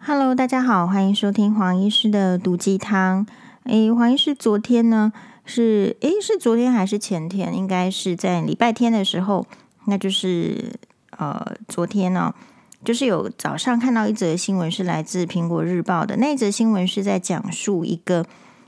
Hello，大家好，欢迎收听黄医师的毒鸡汤。黄医师昨天呢是昨天还是前天？应该是在礼拜天的时候，那就是昨天呢，就是有早上看到一则新闻，是来自苹果日报的。那一则新闻是在讲述一个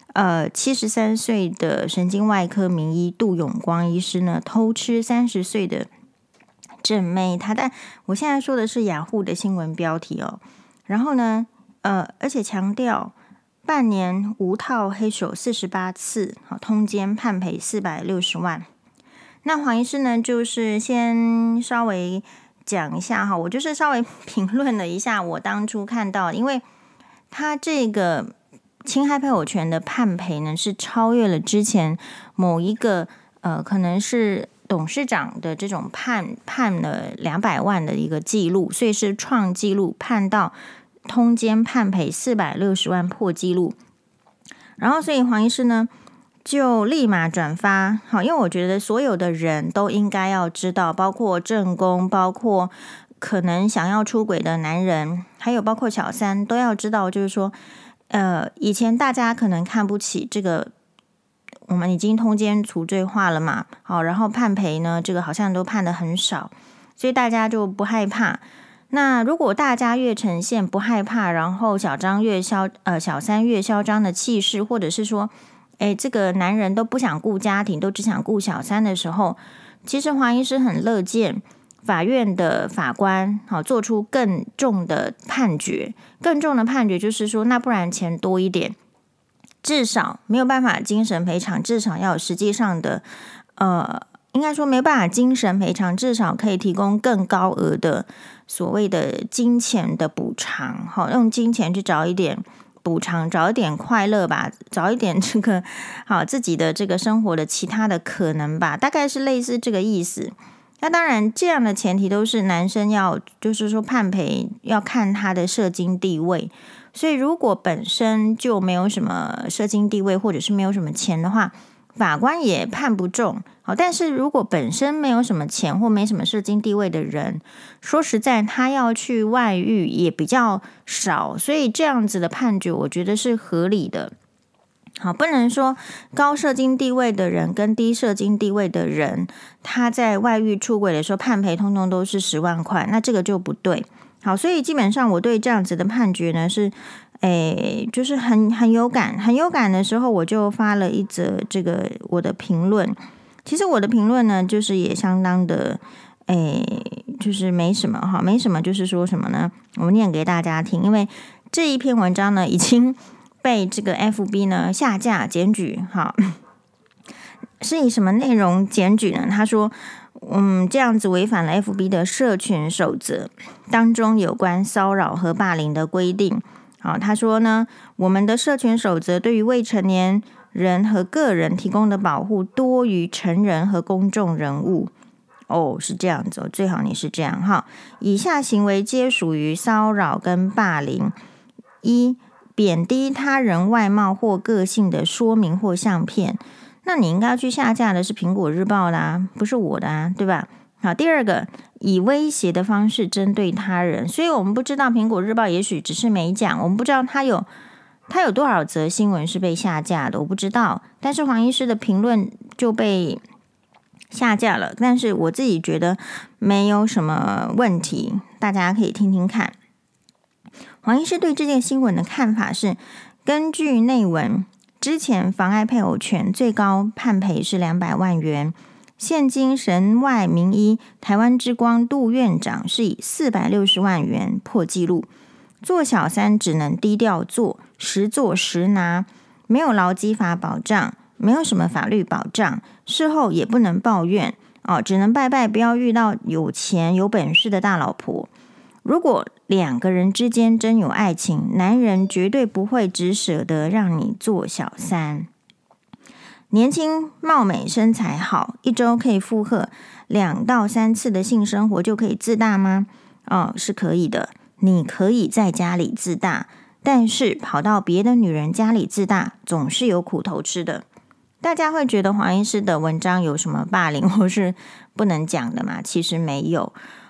73岁的神经外科名医杜永光医师呢，偷吃30岁的正妹。但我现在说的是雅虎的新闻标题哦。然后呢，而且强调半年无套黑手48次，好，通奸判赔460万。那黄医师呢，就是先稍微讲一下哈，我就是稍微评论了一下我当初看到，因为他这个侵害配偶权的判赔呢，是超越了之前某一个可能是董事长的这种判了200万的一个记录，所以是创纪录，判到通奸判赔460万破纪录。然后所以黄医师呢就立马转发，好，因为我觉得所有的人都应该要知道，包括正宫，包括可能想要出轨的男人，还有包括小三，都要知道，就是说以前大家可能看不起这个，我们已经通奸除罪化了嘛，好，然后判赔呢，这个好像都判得很少，所以大家就不害怕。那如果大家越呈现不害怕，然后小三越嚣张的气势，或者是说这个男人都不想顾家庭，都只想顾小三的时候，其实黄医师很乐见法院的法官做出更重的判决。更重的判决就是说，那不然钱多一点，至少没有办法精神赔偿，至少要有实际上的应该说没办法精神赔偿，至少可以提供更高额的所谓的金钱的补偿，好，用金钱去找一点补偿，找一点快乐吧，找一点这个好自己的这个生活的其他的可能吧，大概是类似这个意思。那当然这样的前提都是男生要就是说判赔要看他的社经地位，所以如果本身就没有什么社经地位，或者是没有什么钱的话，法官也判不中。好，但是如果本身没有什么钱或没什么社经地位的人，说实在他要去外遇也比较少，所以这样子的判决我觉得是合理的。好，不能说高社经地位的人跟低社经地位的人，他在外遇出轨的时候判赔通通都是10万块，那这个就不对。好，所以基本上我对这样子的判决呢是就是很有感，很有感的时候，我就发了一则这个我的评论。其实我的评论呢，就是也相当的就是没什么哈，没什么，就是说什么呢？我念给大家听，因为这一篇文章呢已经被这个 FB 呢下架检举，好，是以什么内容检举呢？他说这样子违反了 FB 的社群守则当中有关骚扰和霸凌的规定。好，他说呢，我们的社群守则对于未成年人和个人提供的保护多于成人和公众人物。是这样子，最好你是这样哈。以下行为皆属于骚扰跟霸凌：一、贬低他人外貌或个性的说明或相片。那你应该去下架的是苹果日报啦，不是我的啊，对吧？好，第二个，以威胁的方式针对他人，所以我们不知道苹果日报也许只是没讲，我们不知道他有多少则新闻是被下架的，我不知道。但是黄医师的评论就被下架了，但是我自己觉得没有什么问题，大家可以听听看。黄医师对这件新闻的看法是，根据内文，之前妨碍配偶权最高判赔是200万元，现今神外名医台湾之光杜院长是以460万元破纪录。做小三只能低调做，实做实拿，没有劳基法保障，没有什么法律保障，事后也不能抱怨只能拜拜不要遇到有钱有本事的大老婆。如果2个人之间真有爱情，男人绝对不会只舍得让你做小三。年轻貌美身材好，一周可以负荷2到3次的性生活就可以自大吗？是可以的，你可以在家里自大，但是跑到别的女人家里自大，总是有苦头吃的。大家会觉得黄医师的文章有什么霸凌或是不能讲的吗？其实没有。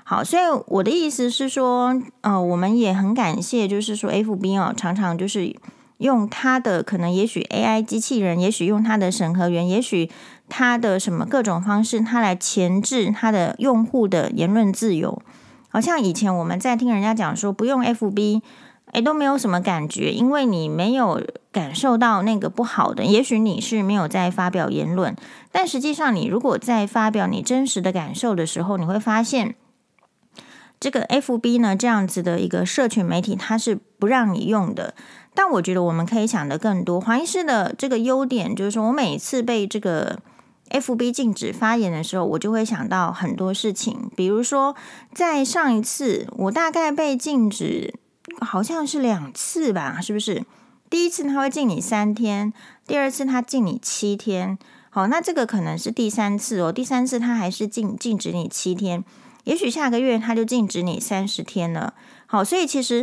好，所以我的意思是说，我们也很感谢，就是说 FB 常常就是用它的可能，也许 AI 机器人，也许用它的审核员，也许它的什么各种方式，它来钳制它的用户的言论自由。好像以前我们在听人家讲说不用 FB，都没有什么感觉，因为你没有感受到那个不好的，也许你是没有在发表言论，但实际上你如果在发表你真实的感受的时候，你会发现这个 FB 呢，这样子的一个社群媒体，它是不让你用的。但我觉得我们可以想得更多。黄医师的这个优点就是说，我每一次被这个 FB 禁止发言的时候，我就会想到很多事情。比如说，在上一次，我大概被禁止好像是2次吧，是不是？第一次他会禁你3天，第二次他禁你7天。好，那这个可能是第3次哦。第3次他还是禁止你7天。也许下个月他就禁止你30天了。好，所以其实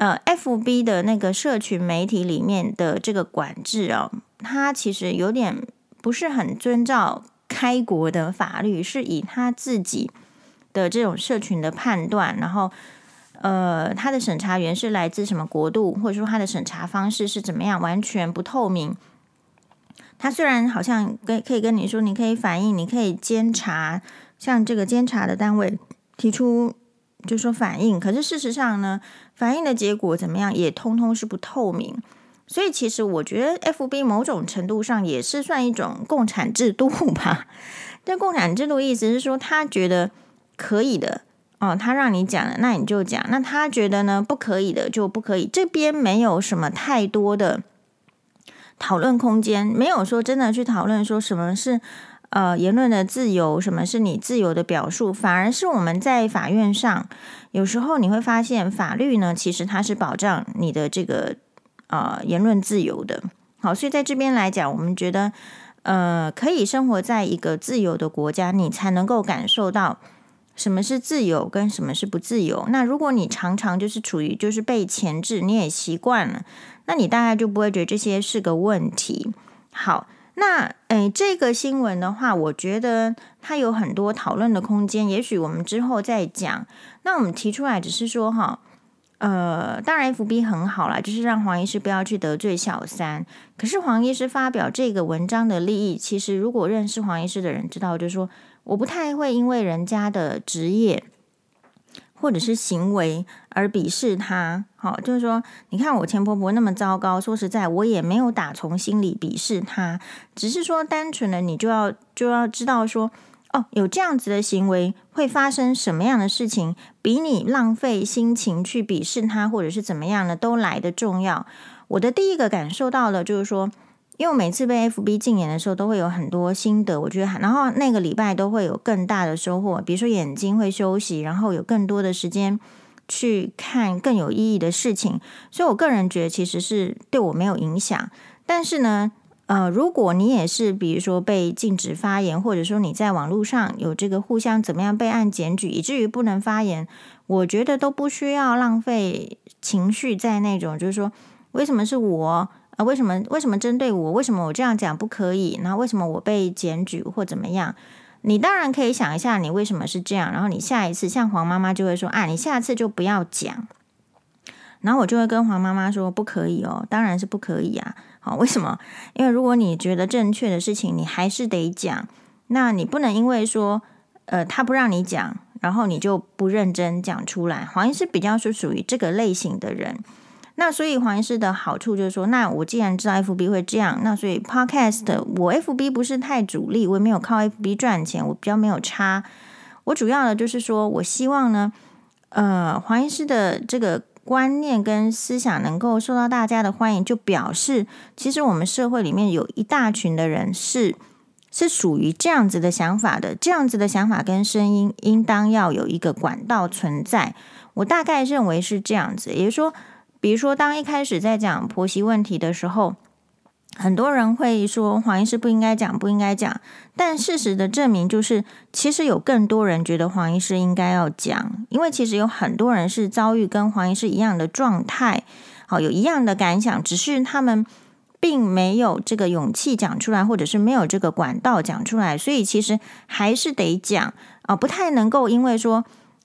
FB 的那个社群媒体里面的这个管制它其实有点不是很遵照开国的法律，是以他自己的这种社群的判断，然后他的审查员是来自什么国度，或者说他的审查方式是怎么样，完全不透明。他虽然好像可以跟你说，你可以反映，你可以监察，像这个监察的单位提出就说反映，可是事实上呢，反映的结果怎么样也通通是不透明。所以其实我觉得 FB 某种程度上也是算一种共产制度吧。这共产制度意思是说，他觉得可以的他让你讲了，那你就讲；那他觉得呢不可以的就不可以。这边没有什么太多的讨论空间，没有说真的去讨论说什么是言论的自由，什么是你自由的表述，反而是我们在法院上，有时候你会发现法律呢，其实它是保障你的这个言论自由的。好，所以在这边来讲，我们觉得可以生活在一个自由的国家，你才能够感受到什么是自由跟什么是不自由。那如果你常常就是处于就是被钳制，你也习惯了，那你大概就不会觉得这些是个问题。好，那这个新闻的话，我觉得它有很多讨论的空间，也许我们之后再讲。那我们提出来只是说当然 FB 很好啦，就是让黄医师不要去得罪小三。可是黄医师发表这个文章的利益，其实如果认识黄医师的人知道，就是说我不太会因为人家的职业或者是行为而鄙视他。好，就是说你看我前婆婆那么糟糕，说实在我也没有打从心里鄙视他，只是说单纯的你就要知道说有这样子的行为会发生什么样的事情，比你浪费心情去鄙视他或者是怎么样的都来得重要。我的第一个感受到的就是说，因为我每次被 FB 禁言的时候都会有很多心得，我觉得然后那个礼拜都会有更大的收获，比如说眼睛会休息，然后有更多的时间去看更有意义的事情，所以我个人觉得其实是对我没有影响。但是呢如果你也是比如说被禁止发言，或者说你在网络上有这个互相怎么样被按检举以至于不能发言，我觉得都不需要浪费情绪在那种就是说为什么是我为什么针对我，为什么我这样讲不可以，然后为什么我被检举或怎么样。你当然可以想一下你为什么是这样，然后你下一次像黄妈妈就会说你下次就不要讲，然后我就会跟黄妈妈说不可以当然是不可以啊。好，为什么？因为如果你觉得正确的事情你还是得讲，那你不能因为说他不让你讲，然后你就不认真讲出来。黄医师比较是属于这个类型的人，那所以黄医师的好处就是说，那我既然知道 FB 会这样，那所以 Podcast 我 FB 不是太主力，我也没有靠 FB 赚钱，我比较没有差。我主要的就是说我希望呢黄医师的这个观念跟思想能够受到大家的欢迎，就表示其实我们社会里面有一大群的人是属于这样子的想法的，这样子的想法跟声音应当要有一个管道存在。我大概认为是这样子，也就是说比如说当一开始在讲婆媳问题的时候，很多人会说黄医师不应该讲，但事实的证明就是其实有更多人觉得黄医师应该要讲，因为其实有很多人是遭遇跟黄医师一样的状态，有一样的感想，只是他们并没有这个勇气讲出来，或者是没有这个管道讲出来，所以其实还是得讲不太能够因为说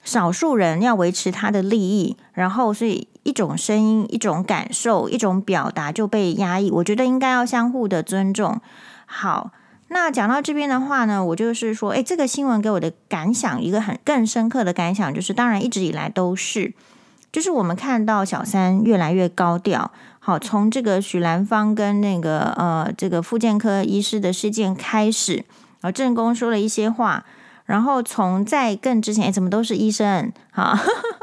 少数人要维持他的利益，然后所以一种声音、一种感受、一种表达就被压抑。我觉得应该要相互的尊重。好，那讲到这边的话呢，我就是说，这个新闻给我的感想，一个更深刻的感想，就是当然一直以来都是，就是我们看到小三越来越高调。好，从这个许兰芳跟那个这个复健科医师的事件开始，正宫说了一些话。然后从在更之前，怎么都是医生哈？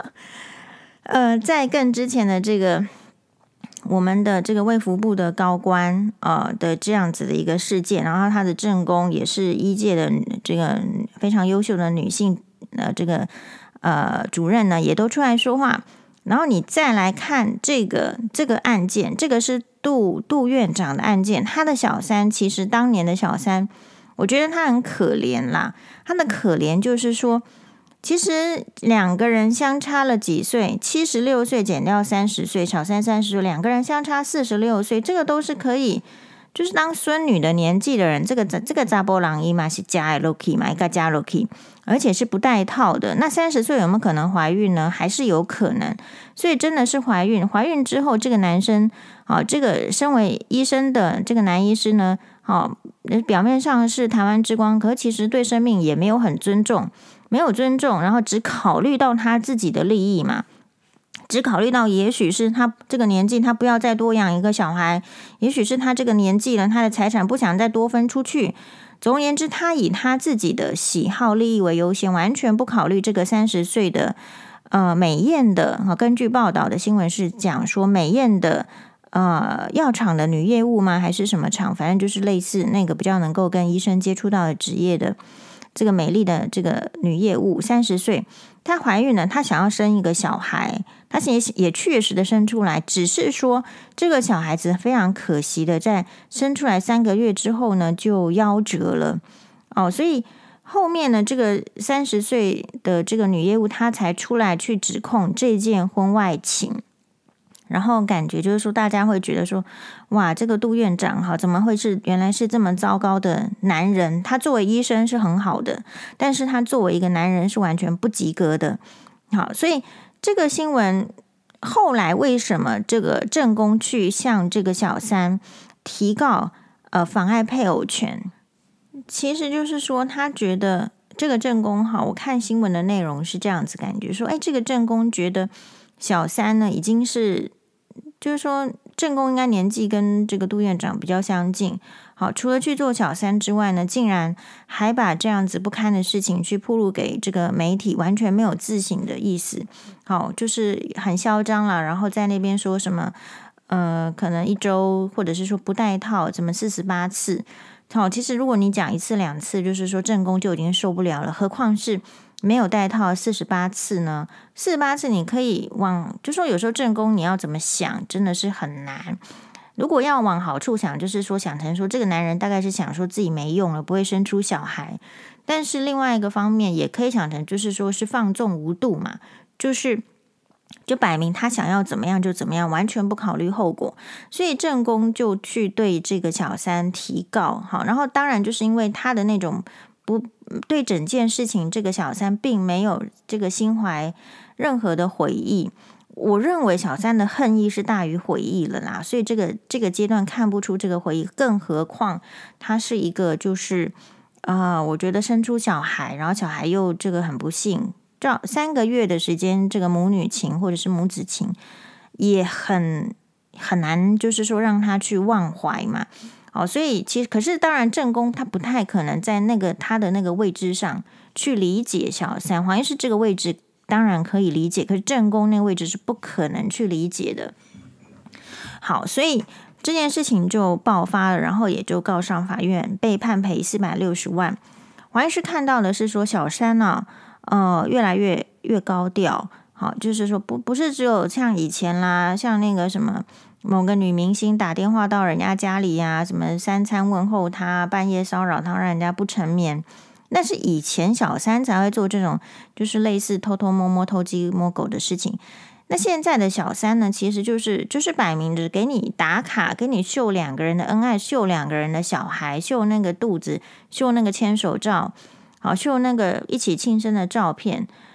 在更之前的这个我们的这个卫福部的高官的这样子的一个事件，然后他的正宫也是医界的这个非常优秀的女性这个主任呢，也都出来说话。然后你再来看这个案件，这个是杜院长的案件，他的小三其实当年的小三。我觉得他很可怜啦，他的可怜就是说，其实两个人相差了几岁，76岁减掉30岁，小三30岁，两个人相差46岁，这个都是可以，就是当孙女的年纪的人，这个查甫人伊嘛是加 lucky 嘛，一个加 lucky， 而且是不带套的。那30岁有没有可能怀孕呢？还是有可能，所以真的是怀孕之后，这个男生这个身为医生的这个男医师呢，表面上是台湾之光，可其实对生命也没有很尊重，然后只考虑到他自己的利益嘛，只考虑到也许是他这个年纪他不要再多养一个小孩，也许是他这个年纪了，他的财产不想再多分出去。总而言之，他以他自己的喜好利益为优先，完全不考虑这个30岁的美艳的，根据报道的新闻是讲说美艳的药厂的女业务吗？还是什么厂？反正就是类似那个比较能够跟医生接触到的职业的这个美丽的这个女业务，30岁，她怀孕了，她想要生一个小孩，她也确实的生出来，只是说这个小孩子非常可惜的在生出来3个月之后呢就夭折了所以后面呢这个30岁的这个女业务她才出来去指控这件婚外情。然后感觉就是说，大家会觉得说，哇，这个杜院长怎么会原来是这么糟糕的男人？他作为医生是很好的，但是他作为一个男人是完全不及格的。好，所以这个新闻后来为什么这个正宫去向这个小三提告妨碍配偶权？其实就是说，他觉得这个正宫我看新闻的内容是这样子感觉说，这个正宫觉得小三呢已经是。就是说，正宫应该年纪跟这个杜院长比较相近。好，除了去做小三之外呢，竟然还把这样子不堪的事情去披露给这个媒体，完全没有自省的意思。好，就是很嚣张啦，然后在那边说什么可能1周，或者是说不带套，怎么48次。好，其实如果你讲1次2次，就是说正宫就已经受不了了，何况是没有带套48次呢？48次你可以就说有时候正宫你要怎么想真的是很难。如果要往好处想，就是说想成说这个男人大概是想说自己没用了，不会生出小孩。但是另外一个方面也可以想成就是说是放纵无度嘛，就摆明他想要怎么样就怎么样，完全不考虑后果。所以正宫就去对这个小三提告。好，然后当然就是因为他的那种不对整件事情，这个小三并没有这个心怀任何的悔意。我认为小三的恨意是大于悔意了啦，所以这个阶段看不出这个悔意，更何况他是一个就是我觉得生出小孩，然后小孩又这个很不幸。3个月的时间，这个母女情或者是母子情也很难，就是说让他去忘怀嘛。所以其实可是当然正宫他不太可能在他的那个位置上去理解小三。黄医师这个位置当然可以理解，可是正宫那个位置是不可能去理解的。好，所以这件事情就爆发了，然后也就告上法院，被判赔460万。黄医师看到的是说小三越来越高调。好，就是说不是只有像以前啦，像那个什么某个女明星打电话到人家家里呀，什么3餐问候她，半夜骚扰她，让人家不成眠。那是以前小三才会做这种就是类似偷偷摸摸偷鸡摸狗的事情。那现在的小三呢，其实就是摆明着给你打卡，给你秀2个人的恩爱，秀2个人的小孩，秀那个肚子，秀那个牵手照，好，秀那个一起庆生的照片。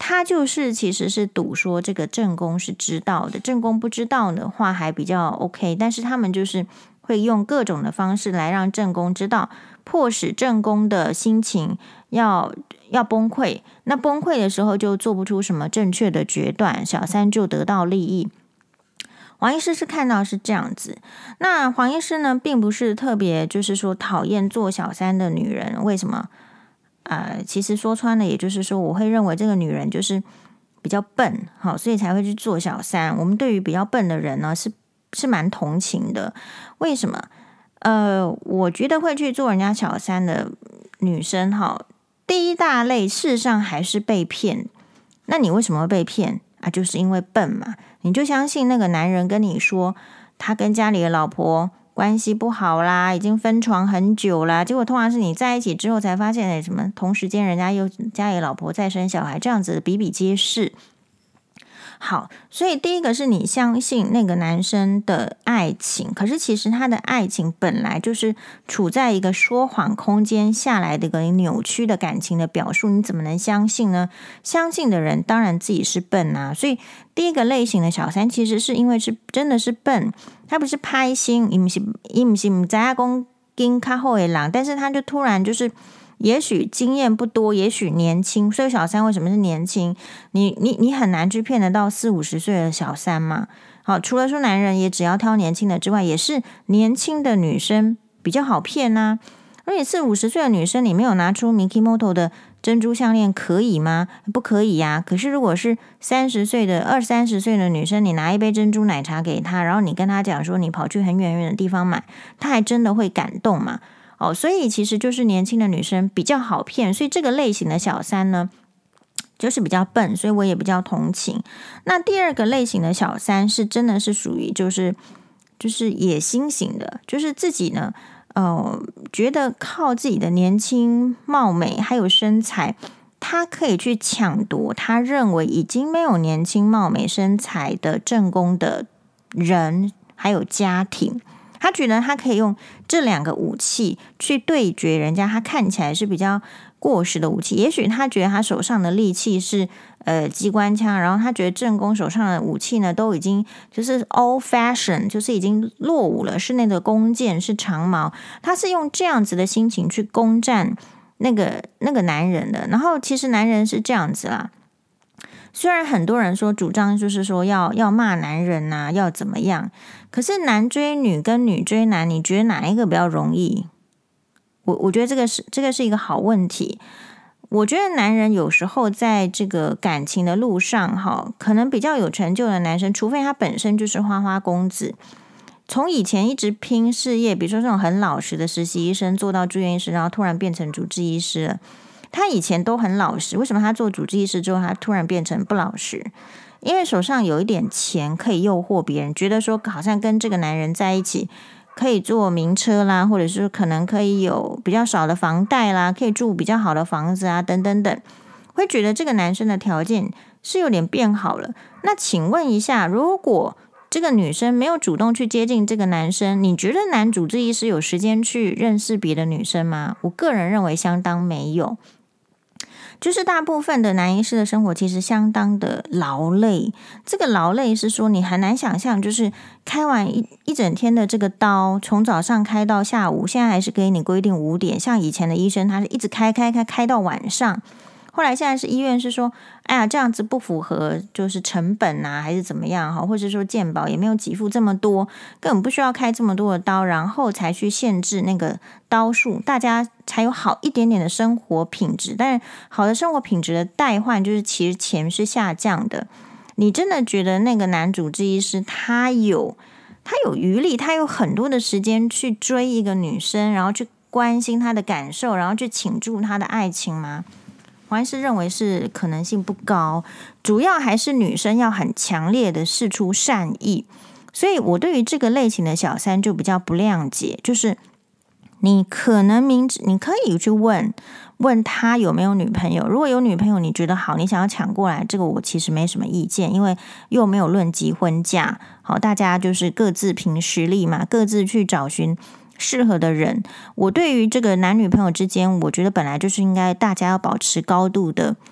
他就是其实是赌说这个正宫是知道的，正宫不知道的话还比较 OK， 但是他们就是会用各种的方式来让正宫知道，迫使正宫的心情要崩溃，那崩溃的时候就做不出什么正确的决断，小三就得到利益。黄医师是看到是这样子，那黄医师呢，并不是特别就是说讨厌做小三的女人，为什么？其实说穿了，也就是说，我会认为这个女人就是比较笨，好，所以才会去做小三。我们对于比较笨的人呢，是蛮同情的。为什么？我觉得会去做人家小三的女生，哈，第一大类事实上还是被骗。那你为什么会被骗啊？就是因为笨嘛。你就相信那个男人跟你说，他跟家里的老婆关系不好啦，已经分床很久啦，结果通常是你在一起之后才发现，什么同时间人家又家里的老婆再生小孩，这样子比比皆是。好，所以第一个是你相信那个男生的爱情，可是其实他的爱情本来就是处在一个说谎空间下来的一个扭曲的感情的表述，你怎么能相信呢？相信的人当然自己是笨啊。所以第一个类型的小三其实是因为是真的是笨，他不是拍心，不是不知道说经较好的人，但是他就突然就是也许经验不多，也许年轻，所以小三为什么是年轻？你很难去骗得到40-50岁的小三嘛。好，除了说男人也只要挑年轻的之外，也是年轻的女生比较好骗啊。而且40-50岁的女生，你没有拿出 Mikimoto 的珍珠项链可以吗？不可以呀。可是如果是20-30岁的女生，你拿一杯珍珠奶茶给她，然后你跟她讲说你跑去很远的地方买，她还真的会感动嘛。所以其实就是年轻的女生比较好骗，所以这个类型的小三呢，就是比较笨，所以我也比较同情。那第二个类型的小三是真的是属于就是野心型的，就是自己呢，觉得靠自己的年轻貌美还有身材，他可以去抢夺他认为已经没有年轻貌美身材的正宫的人还有家庭。他觉得他可以用这两个武器去对决人家他看起来是比较过时的武器。也许他觉得他手上的利器是机关枪，然后他觉得正宫手上的武器呢都已经就是 old fashion， 就是已经落伍了，是那个弓箭，是长矛。他是用这样子的心情去攻占那个男人的。然后其实男人是这样子啦，虽然很多人说主张就是说要骂男人啊，要怎么样，可是男追女跟女追男，你觉得哪一个比较容易？我觉得这个是一个好问题。我觉得男人有时候在这个感情的路上，可能比较有成就的男生，除非他本身就是花花公子，从以前一直拼事业，比如说这种很老实的实习医生做到住院医师，然后突然变成主治医师了。他以前都很老实，为什么他做主治医师之后，他突然变成不老实？因为手上有一点钱可以诱惑别人，觉得说好像跟这个男人在一起可以坐名车啦，或者是可能可以有比较少的房贷啦，可以住比较好的房子啊，等等等，会觉得这个男生的条件是有点变好了。那请问一下，如果这个女生没有主动去接近这个男生，你觉得男主治医师有时间去认识别的女生吗？我个人认为相当没有。就是大部分的男医师的生活其实相当的劳累，这个劳累是说你很难想象，就是开完一整天的这个刀，从早上开到下午，现在还是给你规定5点，像以前的医生他是一直开到晚上，后来现在是医院是说，哎呀这样子不符合就是成本啊，还是怎么样，或者说健保也没有给付这么多，根本不需要开这么多的刀，然后才去限制那个刀数，大家才有好一点点的生活品质。但是好的生活品质的代换就是其实钱是下降的。你真的觉得那个男主治医师他有余力，他有很多的时间去追一个女生，然后去关心她的感受，然后去倾注她的爱情吗？我还是认为是可能性不高，主要还是女生要很强烈的释出善意。所以我对于这个类型的小三就比较不谅解，就是你可能你可以去问他有没有女朋友，如果有女朋友你觉得好，你想要抢过来，这个我其实没什么意见，因为又没有论及婚嫁，好，大家就是各自凭实力嘛，各自去找寻适合的人。我对于这个男女朋友之间，我觉得本来就是应该大家要保持高度的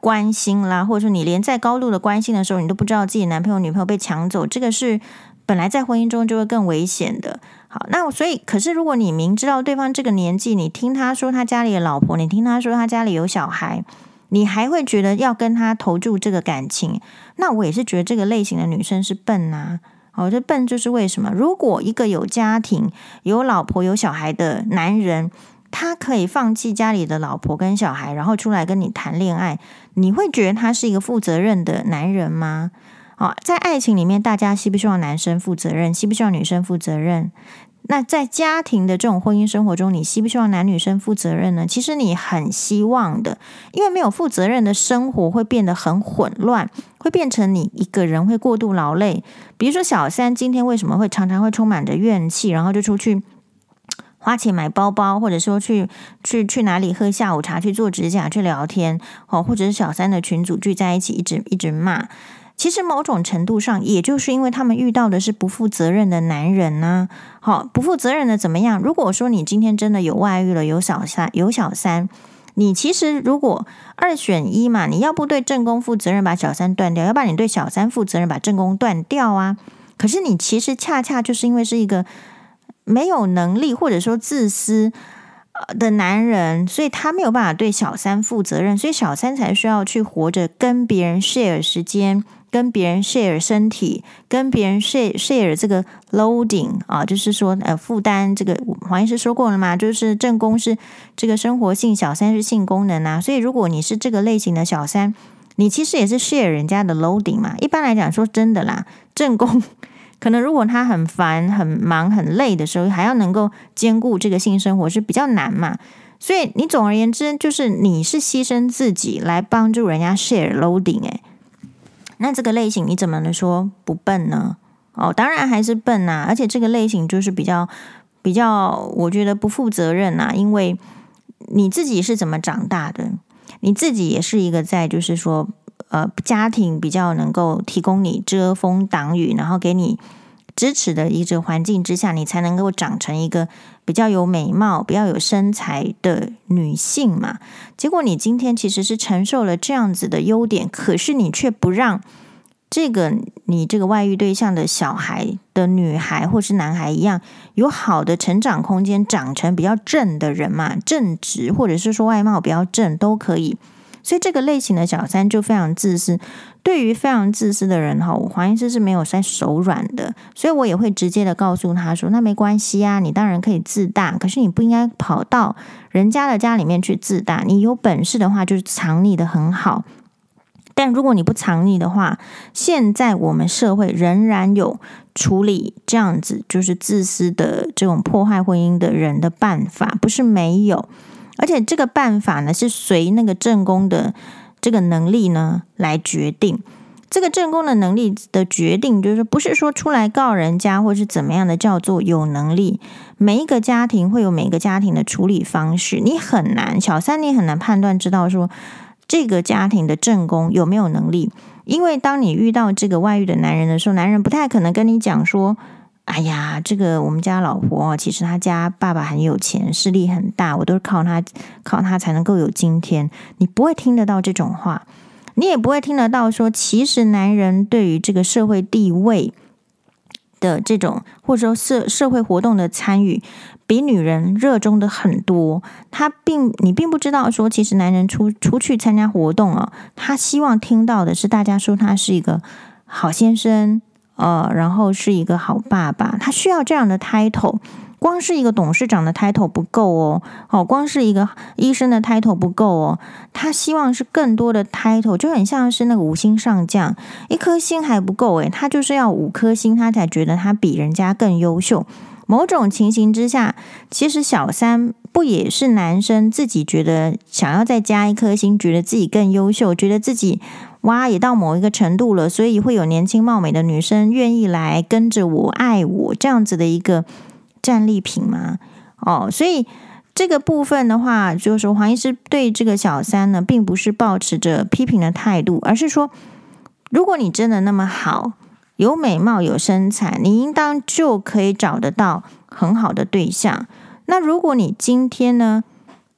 关心啦，或者说你连在高度的关心的时候，你都不知道自己男朋友女朋友被抢走，这个是本来在婚姻中就会更危险的。好，那所以可是如果你明知道对方这个年纪，你听他说他家里的老婆，你听他说他家里有小孩，你还会觉得要跟他投注这个感情，那我也是觉得这个类型的女生是笨啊。这笨就是为什么？如果一个有家庭、有老婆、有小孩的男人，他可以放弃家里的老婆跟小孩，然后出来跟你谈恋爱，你会觉得他是一个负责任的男人吗？在爱情里面，大家希不希望男生负责任？希不希望女生负责任？那在家庭的这种婚姻生活中，你希不希望男女生负责任呢？其实你很希望的，因为没有负责任的生活会变得很混乱，会变成你一个人会过度劳累。比如说小三今天为什么会常常会充满着怨气，然后就出去花钱买包包，或者说去哪里喝下午茶，去做指甲，去聊天，或者是小三的群组聚在一起一直骂。其实某种程度上，也就是因为他们遇到的是不负责任的男人呢。不负责任的怎么样？如果说你今天真的有外遇了，有小三，你其实如果二选一嘛，你要不对正宫负责任把小三断掉，要不然你对小三负责任把正宫断掉啊。可是你其实恰恰就是因为是一个没有能力或者说自私的男人，所以他没有办法对小三负责任，所以小三才需要去活着跟别人 share 时间，跟别人 share 身体，跟别人 share 这个 loading 就是说负担。这个黄医师说过了嘛，就是正宫是这个生活性，小三是性功能啊。所以如果你是这个类型的小三，你其实也是 share 人家的 loading 嘛。一般来讲说真的啦，正宫可能如果他很烦、很忙、很累的时候，还要能够兼顾这个性生活是比较难嘛。所以你总而言之，就是你是牺牲自己来帮助人家 share loading 那这个类型你怎么能说不笨呢？当然还是笨啊，而且这个类型就是比较，我觉得不负责任啊，因为你自己是怎么长大的，你自己也是一个在就是说家庭比较能够提供你遮风挡雨，然后给你支持的一个环境之下，你才能够长成一个比较有美貌、比较有身材的女性嘛。结果你今天其实是承受了这样子的优点，可是你却不让你这个外遇对象的小孩的女孩或是男孩一样有好的成长空间，长成比较正的人嘛，正直或者是说外貌比较正都可以。所以这个类型的小三就非常自私。对于非常自私的人我黄医师是没有在手软的，所以我也会直接的告诉他说，那没关系啊，你当然可以自大，可是你不应该跑到人家的家里面去自大，你有本事的话就是藏匿的很好。但如果你不藏匿的话，现在我们社会仍然有处理这样子就是自私的这种破坏婚姻的人的办法，不是没有。而且这个办法呢，是随那个正宫的这个能力呢来决定。这个正宫的能力的决定，就是不是说出来告人家或是怎么样的叫做有能力。每一个家庭会有每一个家庭的处理方式，你很难小三你很难判断知道说这个家庭的正宫有没有能力。因为当你遇到这个外遇的男人的时候，男人不太可能跟你讲说，哎呀，这个我们家老婆其实他家爸爸很有钱，势力很大，我都是靠他才能够有今天。你不会听得到这种话，你也不会听得到说，其实男人对于这个社会地位的这种，或者说社会活动的参与，比女人热衷的很多。你并不知道说，其实男人出去参加活动他希望听到的是大家说他是一个好先生。然后是一个好爸爸，他需要这样的 title。 光是一个董事长的 title 不够光是一个医生的 title 不够他希望是更多的 title， 就很像是那个5星上将，1颗星还不够他就是要5颗星，他才觉得他比人家更优秀。某种情形之下，其实小三不也是男生自己觉得想要再加1颗星，觉得自己更优秀，觉得自己哇也到某一个程度了，所以会有年轻貌美的女生愿意来跟着我爱我，这样子的一个战利品吗？所以这个部分的话，就是黄医师对这个小三呢，并不是抱持着批评的态度，而是说，如果你真的那么好，有美貌有身材，你应当就可以找得到很好的对象。那如果你今天呢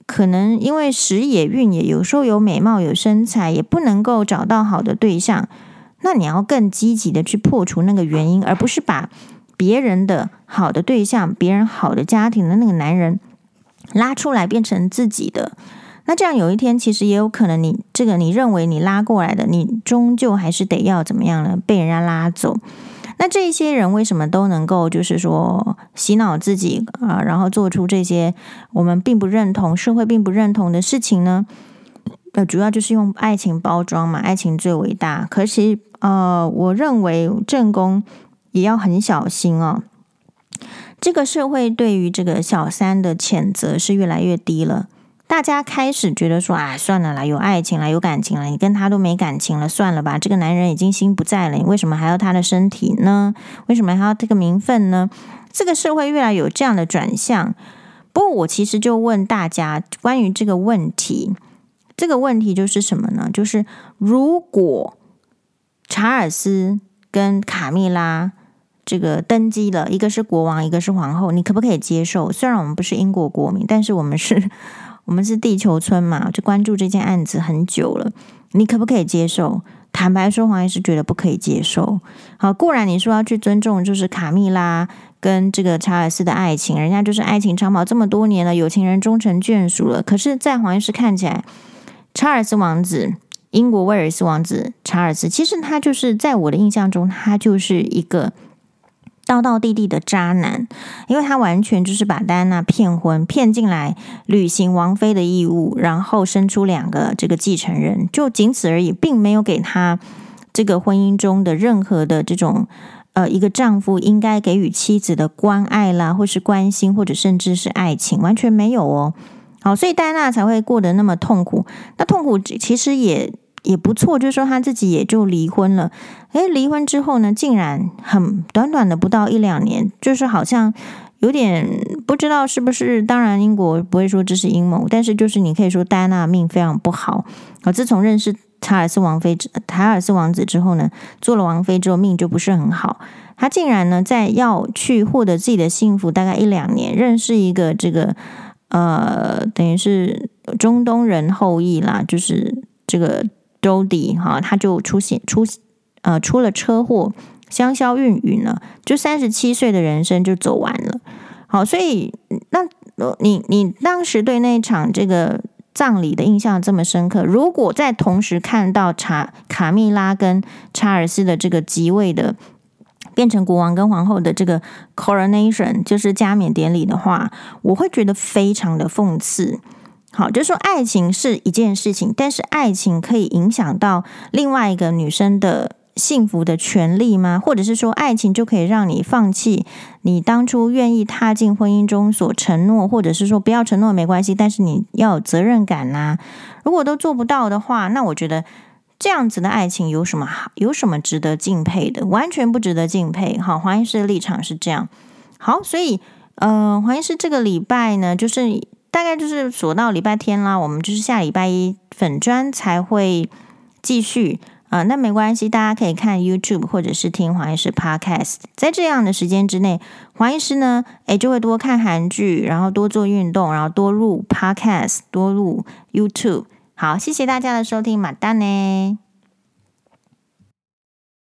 可能因为时也运也，有时候有美貌有身材，也不能够找到好的对象，那你要更积极的去破除那个原因，而不是把别人的好的对象、别人好的家庭的那个男人拉出来变成自己的。那这样有一天其实也有可能你认为你拉过来的，你终究还是得要怎么样呢？被人家拉走。那这些人为什么都能够就是说洗脑自己然后做出这些我们并不认同、社会并不认同的事情呢？主要就是用爱情包装嘛，爱情最伟大。可是我认为正宫也要很小心哦。这个社会对于这个小三的谴责是越来越低了。大家开始觉得说算了啦，有爱情啦，有感情了，你跟他都没感情了，算了吧，这个男人已经心不在了，你为什么还要他的身体呢？为什么还要这个名分呢？这个社会越来有这样的转向。不过我其实就问大家关于这个问题，这个问题就是什么呢？就是如果查尔斯跟卡蜜拉这个登基了，一个是国王，一个是皇后，你可不可以接受？虽然我们不是英国国民，但是我们是地球村嘛，就关注这件案子很久了，你可不可以接受？坦白说，黄医师觉得不可以接受。好，固然你说要去尊重，就是卡蜜拉跟这个查尔斯的爱情，人家就是爱情长跑这么多年了，有情人终成眷属了。可是，在黄医师看起来，查尔斯王子，英国威尔斯王子查尔斯，其实他就是在我的印象中，他就是一个道道地地的渣男，因为他完全就是把戴安娜骗进来履行王妃的义务，然后生出2个这个继承人，就仅此而已，并没有给他这个婚姻中的任何的这种一个丈夫应该给予妻子的关爱啦，或是关心，或者甚至是爱情，完全没有哦。好，所以戴安娜才会过得那么痛苦。那痛苦其实也不错，就是说他自己也就离婚了。离婚之后呢，竟然很短短的不到1-2年，就是好像有点不知道是不是，当然英国不会说这是阴谋，但是就是你可以说戴安娜的命非常不好。自从认识查尔斯王子之后呢，做了王妃之后命就不是很好。他竟然呢在要去获得自己的幸福大概1-2年，认识一个这个等于是中东人后裔啦，就是这个周迪他就出了车祸，香消玉殒了，就37岁的人生就走完了。好，所以那你当时对那场这个葬礼的印象这么深刻，如果在同时看到卡蜜拉跟查尔斯的这个即位的变成国王跟皇后的这个 coronation， 就是加冕典礼的话，我会觉得非常的讽刺。好，就是说爱情是一件事情，但是爱情可以影响到另外一个女生的幸福的权利吗？或者是说爱情就可以让你放弃你当初愿意踏进婚姻中所承诺，或者是说不要承诺没关系，但是你要有责任感啊。如果都做不到的话，那我觉得这样子的爱情有什么值得敬佩的？完全不值得敬佩。好，黄医师的立场是这样。好，所以黄医师这个礼拜呢，就是大概就是锁到礼拜天啦，我们就是下礼拜一粉专才会继续那没关系，大家可以看 YouTube 或者是听黄医师 Podcast。在这样的时间之内，黄医师呢就会多看韩剧，然后多做运动，然后多录 Podcast， 多录 YouTube。好，谢谢大家的收听，马丹呢。